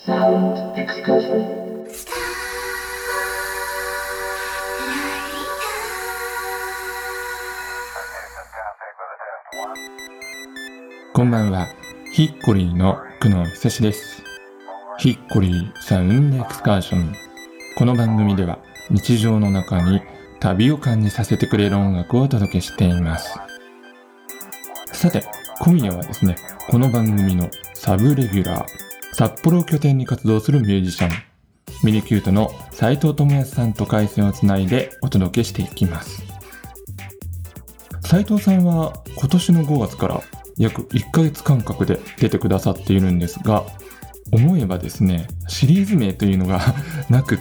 Sound excursion. こんばんは、ヒッコリーの久野久志です。ヒッコリーサウンドエクスカーション。この番組では日常の中に旅を感じさせてくれる音楽をお届けしています。さて、今夜はですね、この番組のサブレギュラー、札幌を拠点に活動するミュージシャン、ミニキュートの斉藤智康さんと回線をつないでお届けしていきます。斉藤さんは今年の5月から約1ヶ月間隔で出てくださっているんですが、思えばですね、シリーズ名というのがなくって、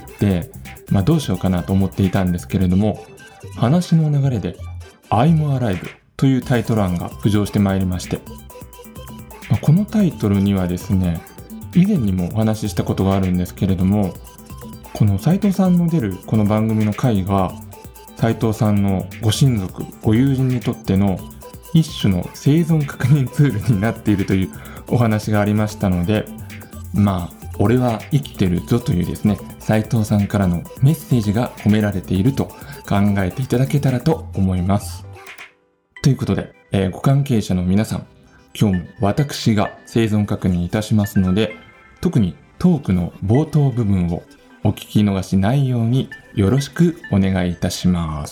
どうしようかなと思っていたんですけれども、話の流れで I'm Alive というタイトル案が浮上してまいりまして、このタイトルにはですね、以前にもお話ししたことがあるんですけれども、この斉藤さんの出るこの番組の回が斉藤さんのご親族ご友人にとっての一種の生存確認ツールになっているというお話がありましたので、俺は生きてるぞというですね、斉藤さんからのメッセージが込められていると考えていただけたらと思います。ということで、ご関係者の皆さん、今日も私が生存確認いたしますので、特にトークの冒頭部分をお聞き逃しないようによろしくお願いいたします。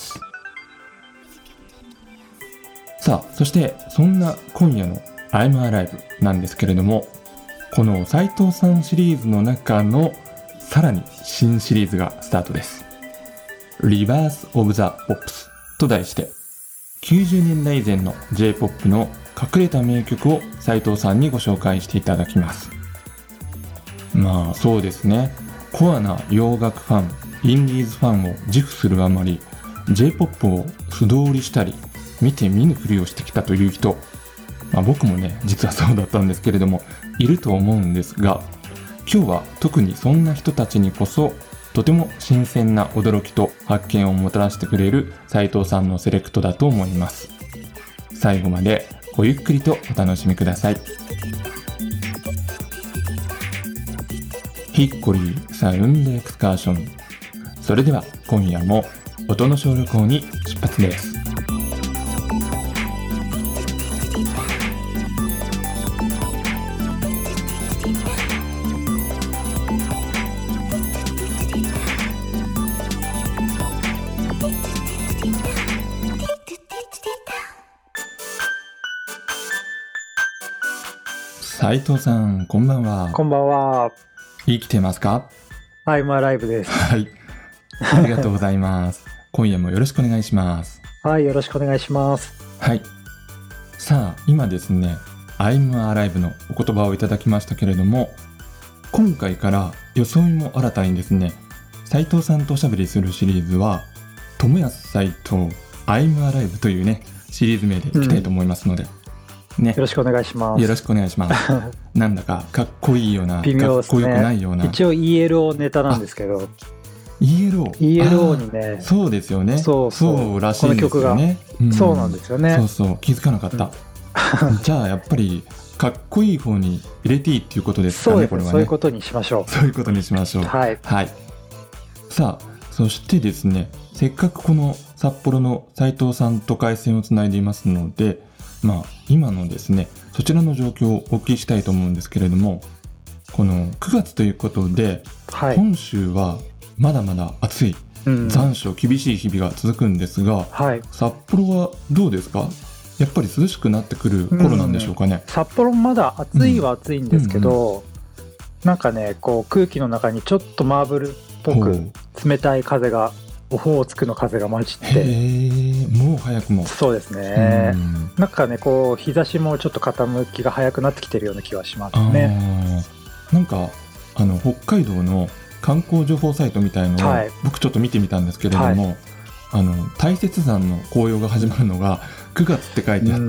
さあ、そしてそんな今夜の I'm Alive なんですけれども、この斉藤さんシリーズの中のさらに新シリーズがスタートです。Reverse of the Pops と題して、90年代以前の J-POP の隠れた名曲を斉藤さんにご紹介していただきます。そうですね、コアな洋楽ファン、インディーズファンを自負するあまり J-POP を素通りしたり見て見ぬふりをしてきたという人、僕もね実はそうだったんですけれどもいると思うんですが、今日は特にそんな人たちにこそとても新鮮な驚きと発見をもたらしてくれる斉藤さんのセレクトだと思います。最後までごゆっくりとお楽しみください。ヒッコリーサウンドエクスカーション。それでは今夜も音の小旅行に出発です。斉藤さん、こんばんは。 こんばんは。 生きてますか？ I'm Alive です。 はい。ありがとうございます。今夜もよろしくお願いします。 はい、よろしくお願いします。 はい。さあ、今ですね、I'm Alive のお言葉をいただきましたけれども、今回から装いも新たにですね、斉藤さんとおしゃべりするシリーズは、友安斉藤 I'm Alive というね、シリーズ名でいきたいと思いますので、ね、 よろしくお願いします。 よろしくお願いします。なんだかかっこいいような、 微妙ですね、 かっこよくないような。 一応 ELO ネタなんですけど。ELO にね。 そうですよね。そうらしいんですよね。 そうなんですよね。 そう気づかなかった。じゃあやっぱりかっこいい方に入れていいっていうことですかね、これはね。 そういうことにしましょう。 そういうことにしましょう。はい。さあ、そしてですね、せっかくこの札幌の斉藤さんと回線をつないでいますので、今のですね、そちらの状況をお聞きしたいと思うんですけれども、この9月ということで、本州はまだまだ暑い、残暑厳しい日々が続くんですが、札幌はどうですか？やっぱり涼しくなってくる頃なんでしょうかね。 札幌まだ暑いは暑いんですけど、なんかね、こう空気の中にちょっとマーブルっぽく冷たい風が、オホーツクの風が混じって、 もう早くも。 そうですね。なんかね、こう日差しもちょっと傾きが早くなってきてるような気はしますね。 なんか北海道の観光情報サイトみたいのを、僕ちょっと見てみたんですけれども、大雪山の紅葉が始まるのが9月って書いてあって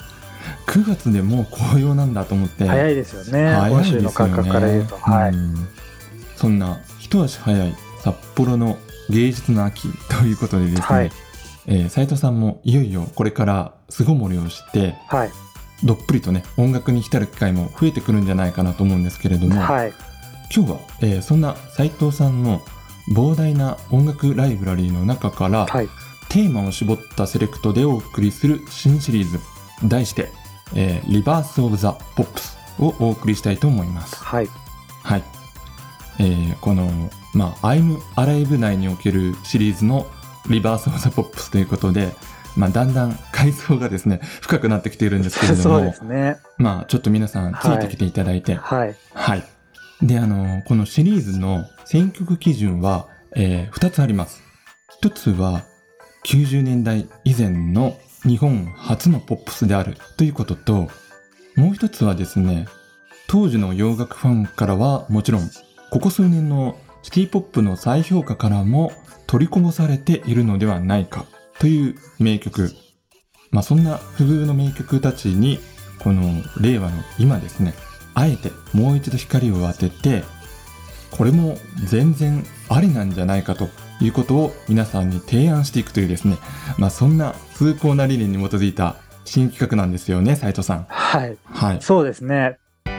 、9月でもう紅葉なんだと思って。 早いですよね。本州の感覚から言うと。 そんな一足早い札幌の芸術の秋ということでですね、斉藤さんもいよいよこれから巣ごもりをして、どっぷりとね音楽に浸る機会も増えてくるんじゃないかなと思うんですけれども、 今日は、そんな斉藤さんの膨大な音楽ライブラリーの中から、 はい。 テーマを絞ったセレクトでお送りする新シリーズ、題して、リバース・オブ・ザ・ポップスをお送りしたいと思います。 はい。 はい。この、I'm Alive 内におけるシリーズのリバース・オブ・ザ・ポップスということで、だんだん階層がですね、深くなってきているんですけれども、 そうですね。 ちょっと皆さんついてきていただいて、 はい。 はい。で、このシリーズの選曲基準は、2つあります。1つは、90年代以前の日本初のポップスであるということと、もう一つはですね、当時の洋楽ファンからはもちろん、ここ数年のシティポップの再評価からも取りこぼされているのではないかという名曲。そんな不遇の名曲たちに、この令和の今ですね、あえてもう一度光を当てて、これも全然ありなんじゃないかということを皆さんに提案していくというですね、そんな崇高な理念に基づいた新企画なんですよね、斉藤さん。 はい。 はい。 そうですね。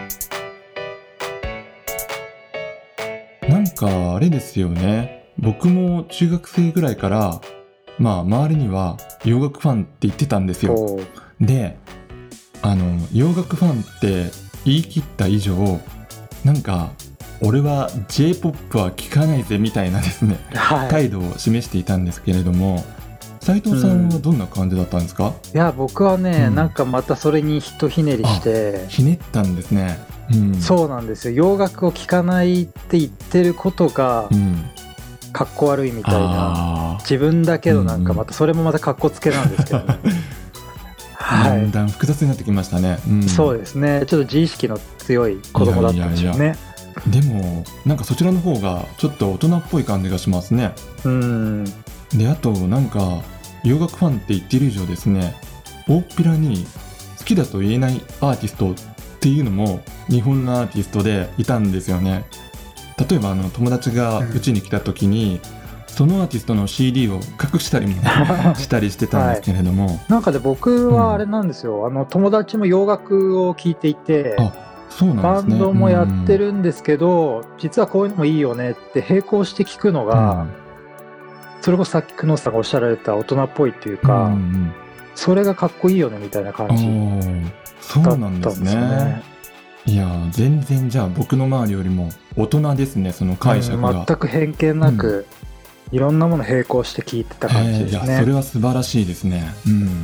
なんかあれですよね。僕も中学生ぐらいから、周りには洋楽ファンって言ってたんですよ。で、洋楽ファンって言い切った以上、なんか俺は J-POP は聴かないぜみたいなですね、態度を示していたんですけれども、斉藤さんはどんな感じだったんですか？ いや、僕はね、なんかまたそれにひとひねりして、 ひねったんですね。 そうなんですよ。洋楽を聴かないって言ってることが、かっこ悪いみたいな、自分だけどなんかまたそれもまたかっこつけなんですけどね。 だんだん複雑になってきましたね。 そうですね。ちょっと自意識の強い子供だったんでしょうね。 でもなんかそちらの方がちょっと大人っぽい感じがしますね。で、あとなんか洋楽ファンって言ってる以上ですね、大っぴらに好きだと言えないアーティストっていうのも日本のアーティストでいたんですよね。例えば友達がうちに来た時に、そのアーティストの CD を隠したりもしたりしてたんですけれども、 なんかで僕はあれなんですよ、友達も洋楽を聴いていて、 そうなんですね。 バンドもやってるんですけど、実はこういうのもいいよねって並行して聞くのが、それこそさっき久野さんがおっしゃられた大人っぽいっていうか、それがかっこいいよねみたいな感じだったんですね。 いや、全然じゃあ僕の周りよりも大人ですね、その解釈が。 全く偏見なく、いろんなもの並行して聞いてた感じですね。 いや、それは素晴らしいですね。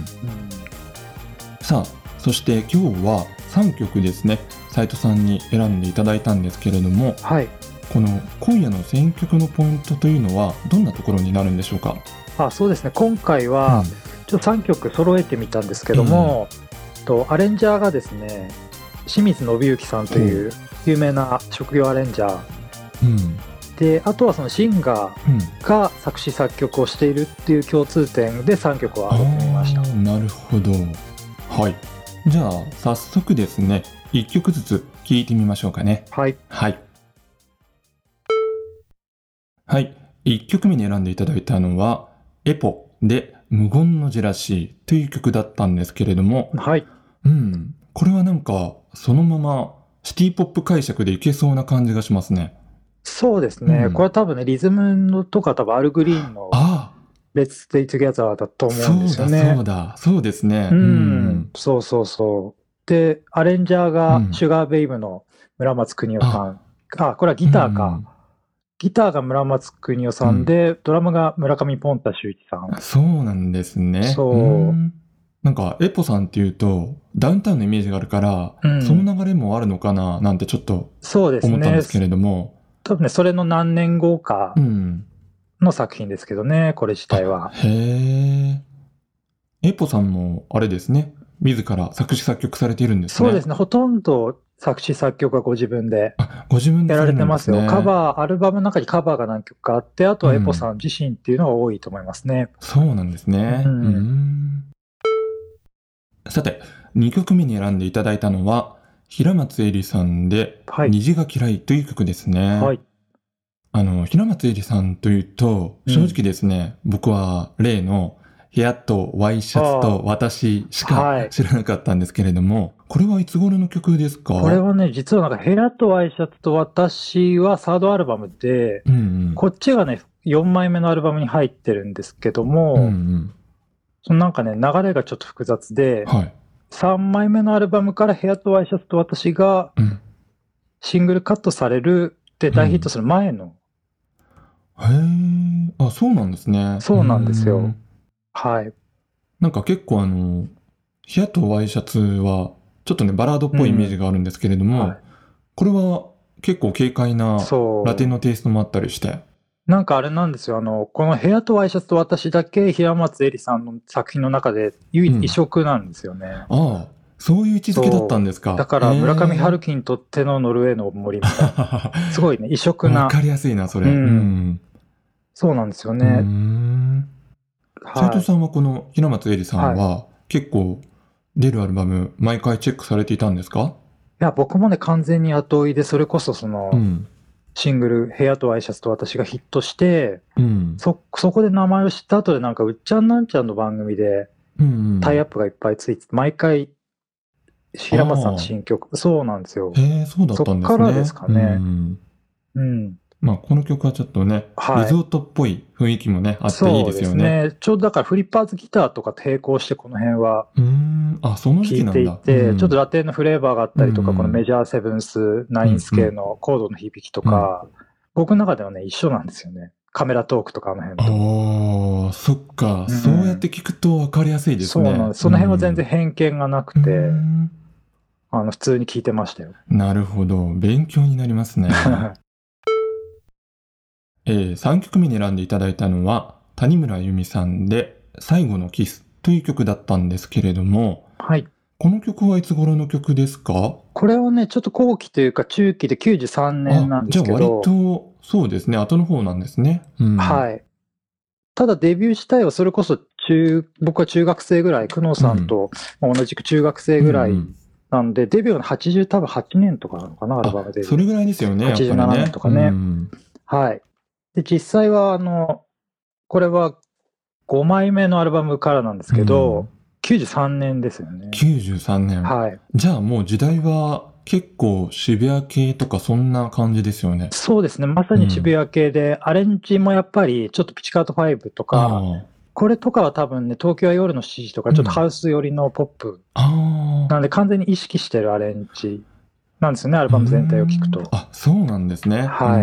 さあ、そして今日は3曲ですね、斉藤さんに選んでいただいたんですけれども、この今夜の選曲のポイントというのはどんなところになるんでしょうか？ そうですね、今回はちょっと3曲揃えてみたんですけども、アレンジャーがですね、清水信之さんという有名な職業アレンジャー、で、あとはそのシンガーが作詞作曲をしているっていう共通点で3曲を挙げてみました。 なるほど。はい。じゃあ早速ですね、1曲ずつ聴いてみましょうかね。はい。1曲目に選んでいただいたのはエポで無言のジェラシーという曲だったんですけれども、これはなんかそのままシティポップ解釈でいけそうな感じがしますね。 そうですね、これは多分ね、リズムのとか多分アルグリーンのLet's Stay Together だと思うんですよね。 そうですね。 そうで、アレンジャーがシュガーベイブの村松邦夫さん、これはギターか、ギターが村松邦夫さんで、ドラムが村上ポンタ秀一さん。 そうなんですね。なんかエポさんっていうとダウンタウンのイメージがあるから、その流れもあるのかななんてちょっと思ったんですけれども、 多分ね、それの何年後かの作品ですけどね、これ自体は。 エポさんもあれですね、自ら作詞作曲されているんですね。 そうですね、ほとんど作詞作曲はご自分でやられてますよ。カバー、アルバムの中にカバーが何曲かあって、あとはエポさん自身っていうのが多いと思いますね。 そうなんですね。さて、2曲目に選んでいただいたのは平松絵里さんで虹が嫌いという曲ですね。平松絵里さんというと正直ですね、僕は例の部屋とワイシャツと私しか知らなかったんですけれども、 これはいつ頃の曲ですか？ これはね、実はなんか部屋とワイシャツと私はサードアルバムで、 うんうん。 こっちがね、4枚目のアルバムに入ってるんですけども、 うんうん。 そのなんかね、流れがちょっと複雑で、 はい。 3枚目のアルバムから部屋とワイシャツと私がうん。 シングルカットされるって大ヒットする前の、 へえ、あ、そうなんですね。 そうなんですよ。 ん。 はい。 なんか結構ヒヤとワイシャツは、ちょっとね、バラードっぽいイメージがあるんですけれども、 はい。 これは結構軽快なラテンそのテイストもあったりして。 う。なんかあれなんですよ。この部屋とワイシャツと私だけ平松絵里さんの作品の中で唯一異色なんですよね。 ああ、そういう位置づけだったんですか。 だから村上春樹にとってのノルウェーの森みたいな。すごいね、異色な。 わかりやすいな、それ。 そうなんですよね。 斉藤はい。 さんはこの平松絵里さんは結構出るアルバム毎回チェックされていたんですか？ いや、僕もね、完全に後追いで、それこそうん。 シングル、部屋とワイシャツと私がヒットして、 うん。 そこで名前を知った後でなんか、うっちゃんなんちゃんの番組でタイアップがいっぱいついて、毎回、平松さんの新曲、そうなんですよ。 へえ、そうだったんですね。 そっからですかね。うん。 まあ、この曲はちょっとね、 はい。 リゾートっぽい雰囲気もね、あっていいですよね。 そうですね。ちょうどだからフリッパーズギターとか並行してこの辺はあ、その時期聴いていなんだ。 て、ちょっとラテンのフレーバーがあったりとか、 うんこのメジャーセブンス、ナインス系のコードの響きとか、僕の中ではね、一緒なんですよね。カメラトークとかあの辺と。 ああ、そっか、そうやって聞くと分かりやすいですね。 そうなんです。その辺は全然偏見がなくて、普通に聞いてましたよ。 なるほど。勉強になりますね。3曲目に選んでいただいたのは、谷村由美さんで、最後のキスという曲だったんですけれども、 はい。 この曲はいつ頃の曲ですか？ これはね、ちょっと後期というか中期で93年なんですけど。 じゃあ割と、そうですね、後の方なんですね。 はい。ただデビュー自体はそれこそ僕は中学生ぐらい、久能さんと同じく中学生ぐらいなんで、デビューの多分8年とかなのかな、アルバムで。 それぐらいですよね。 87年とかね。はい。で、実際はこれは5枚目のアルバムからなんですけど、93年ですよね。 93年。 はい。 じゃあもう時代は結構渋谷系とかそんな感じですよね。 そうですね。まさに渋谷系で、アレンジもやっぱりちょっとピチカート5とか、これとかは多分ね、東京は夜の7時とかちょっとハウス寄りのポップ。なんで完全に意識してるアレンジなんですよね、アルバム全体を聞くと。 あ、そうなんですね。 はい。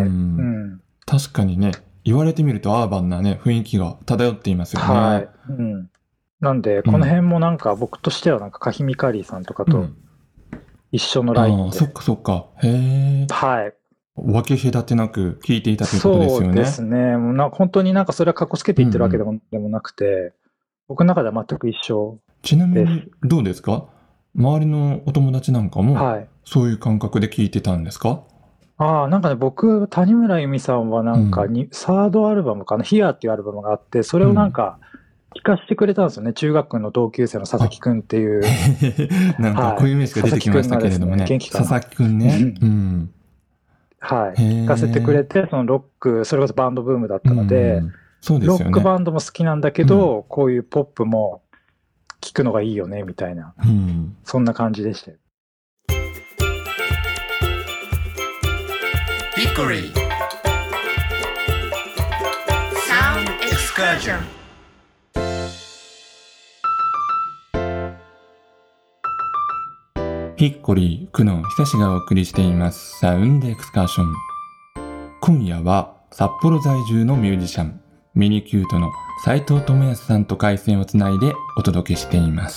確かにね、言われてみるとアーバンなね、雰囲気が漂っていますよね。 はい。なんで、この辺もなんか僕としてはなんかカヒミカリーさんとかと一緒のラインで。 そっかそっか。へえ。 はい。 分け隔てなく聞いていたということですよね。 そうですね。本当になんかそれはかっこつけて言ってるわけでもなくて、僕の中では全く一緒です。 ちなみにどうですか？周りのお友達なんかもそういう感覚で聞いてたんですか？ なんかね、僕、谷村由美さんはなんかサードアルバムかな、ヒアっていうアルバムがあって、それをなんか聞かせてくれたんですよね。中学の同級生の佐々木くんっていう。 なんかこういう名詞が出てきましたけれどもね。佐々木くんね。 はい。聞かせてくれて、そのロック、それこそバンドブームだったので、ロックバンドも好きなんだけど、こういうポップも聞くのがいいよね、みたいな。そんな感じでしたよ。 Hickory Sound Excursion。 ヒッコリー、久野久志がお送りしていますサウンドエクスカーション。今夜は札幌在住のミュージシャン、ミニキュートの斉藤智康さんと回線をつないでお届けしています。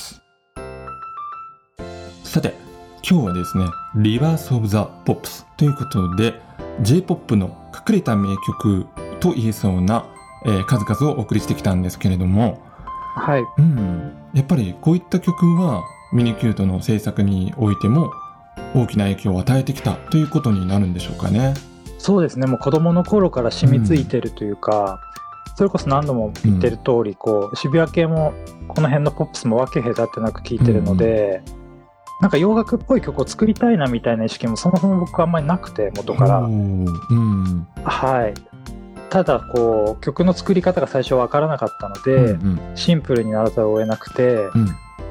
さて、今日はですね、リバースオブザポップスということで、J-POP の隠れた名曲と言えそうな、数々をお送りしてきたんですけれども、 はい。 やっぱりこういった曲はミニキュートの制作においても大きな影響を与えてきたということになるんでしょうかね。 そうですね。もう子供の頃から染みついてるというか、それこそ何度も言ってる通り、渋谷系もこの辺のポップスも分け隔てなく聴いてるので、なんか洋楽っぽい曲を作りたいなみたいな意識もそもそも僕はあんまりなくて、元から。はい。ただ曲の作り方が最初分からなかったので、シンプルにならざるを得なくて、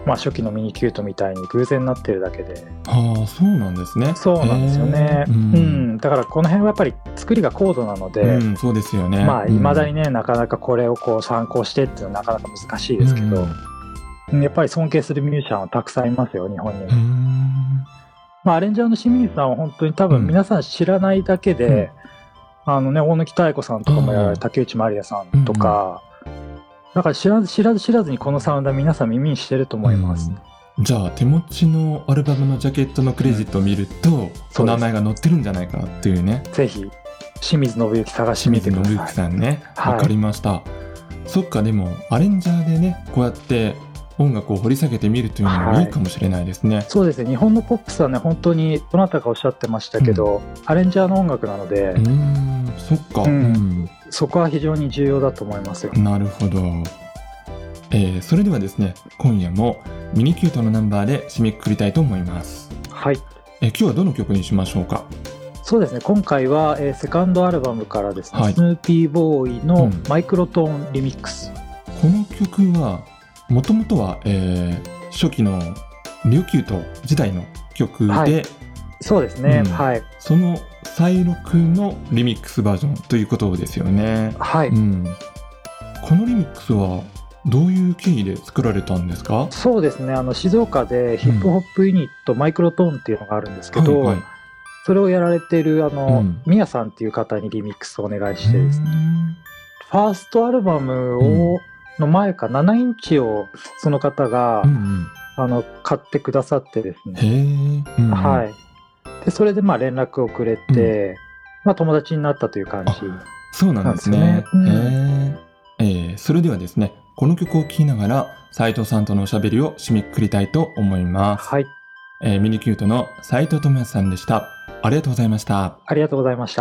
初期のミニキュートみたいに偶然なってるだけで。 そうなんですね。 そうなんですよね。だからこの辺はやっぱり作りが高度なので、 そうですよね。 未だにね、なかなかこれをこう参考してっていうのはなかなか難しいですけど、やっぱり尊敬するミュージシャンはたくさんいますよ、日本にも。アレンジャーの清水さんは本当に多分皆さん知らないだけで、大貫妙子さんとかもやられる竹内まりやさんとか、だから知らずにこのサウンドは皆さん耳にしてると思います。 じゃあ手持ちのアルバムのジャケットのクレジットを見ると、お名前が載ってるんじゃないかなっていうね。 ぜひ清水信之探してみてください。 清水信之さんね、わかりました。そっか、でもアレンジャーでね、こうやって音楽を掘り下げてみるというのもいいかもしれないですね。 そうですね。日本のポップスはね、本当にどなたかおっしゃってましたけど、アレンジャーの音楽なので、 そっか、 そこは非常に重要だと思いますよ。 なるほど。それではですね、今夜もミニキュートのナンバーで締めくくりたいと思います。 はい。 今日はどの曲にしましょうか？ そうですね、今回は、セカンドアルバムからですね、スヌーピーボーイのマイクロトーンリミックス。 この曲はもともとは、初期のミューキュート時代の曲で、 そうですね、 その再録のリミックスバージョンということですよね。このリミックスはどういう経緯で作られたんですか？ そうですね、静岡でヒップホップユニット、マイクロトーンっていうのがあるんですけど、それをやられているミヤさんっていう方にリミックスをお願いしてですね、ファーストアルバムの前か7インチをその方が、買ってくださってですね、でそれで連絡をくれて、友達になったという感じ。 そうなんですね。それではですね、この曲を聴きながら斉藤さんとのおしゃべりを締めくくりたいと思います。ミニキュートの斉藤智康さんでした。ありがとうございました。 ありがとうございました。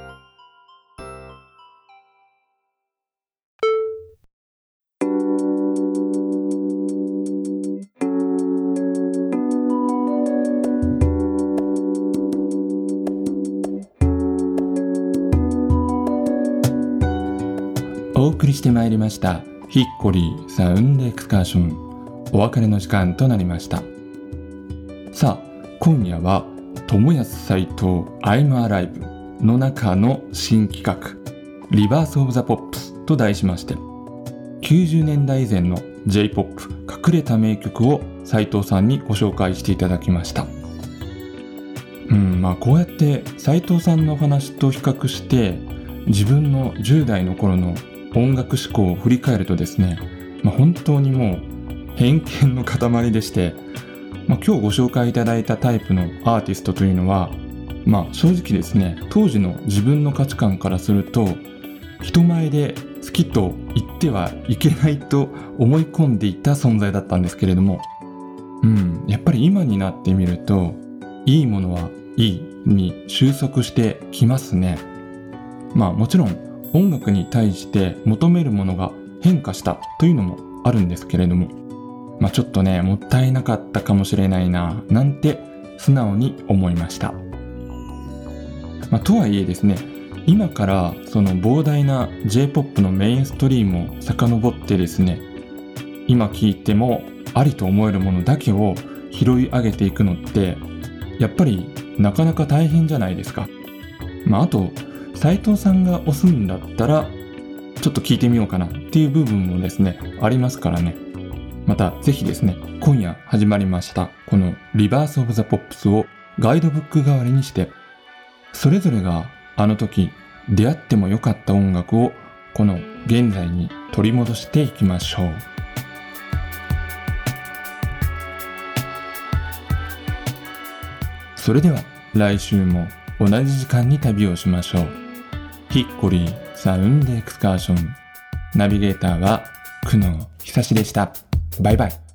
お送りしてまいりましたヒッコリーサウンドエクスカーション、お別れの時間となりました。さあ、今夜は智康斉藤 I'm Alive の中の新企画リバースオブザポップスと題しまして、90年代以前の J-POP 隠れた名曲を斉藤さんにご紹介していただきました。こうやって斉藤さんのお話と比較して自分の10代の頃の音楽思考を振り返るとですね、本当にもう偏見の塊でして、今日ご紹介いただいたタイプのアーティストというのは、正直ですね、当時の自分の価値観からすると人前で好きと言ってはいけないと思い込んでいた存在だったんですけれども、やっぱり今になってみるといいものはいいに収束してきますね。もちろん音楽に対して求めるものが変化したというのもあるんですけれども、ちょっとね、もったいなかったかもしれないななんて素直に思いました。とはいえですね、今からその膨大な J-POP のメインストリームを遡ってですね、今聴いてもありと思えるものだけを拾い上げていくのってやっぱりなかなか大変じゃないですか。あと斉藤さんが推すんだったらちょっと聞いてみようかなっていう部分もですねありますからね。またぜひですね、今夜始まりましたこのリバースオブザポップスをガイドブック代わりにして、それぞれがあの時出会ってもよかった音楽をこの現在に取り戻していきましょう。それでは来週も同じ時間に旅をしましょう。ヒッコリーサウンドエクスカーション、ナビゲーターは久野久志でした。バイバイ。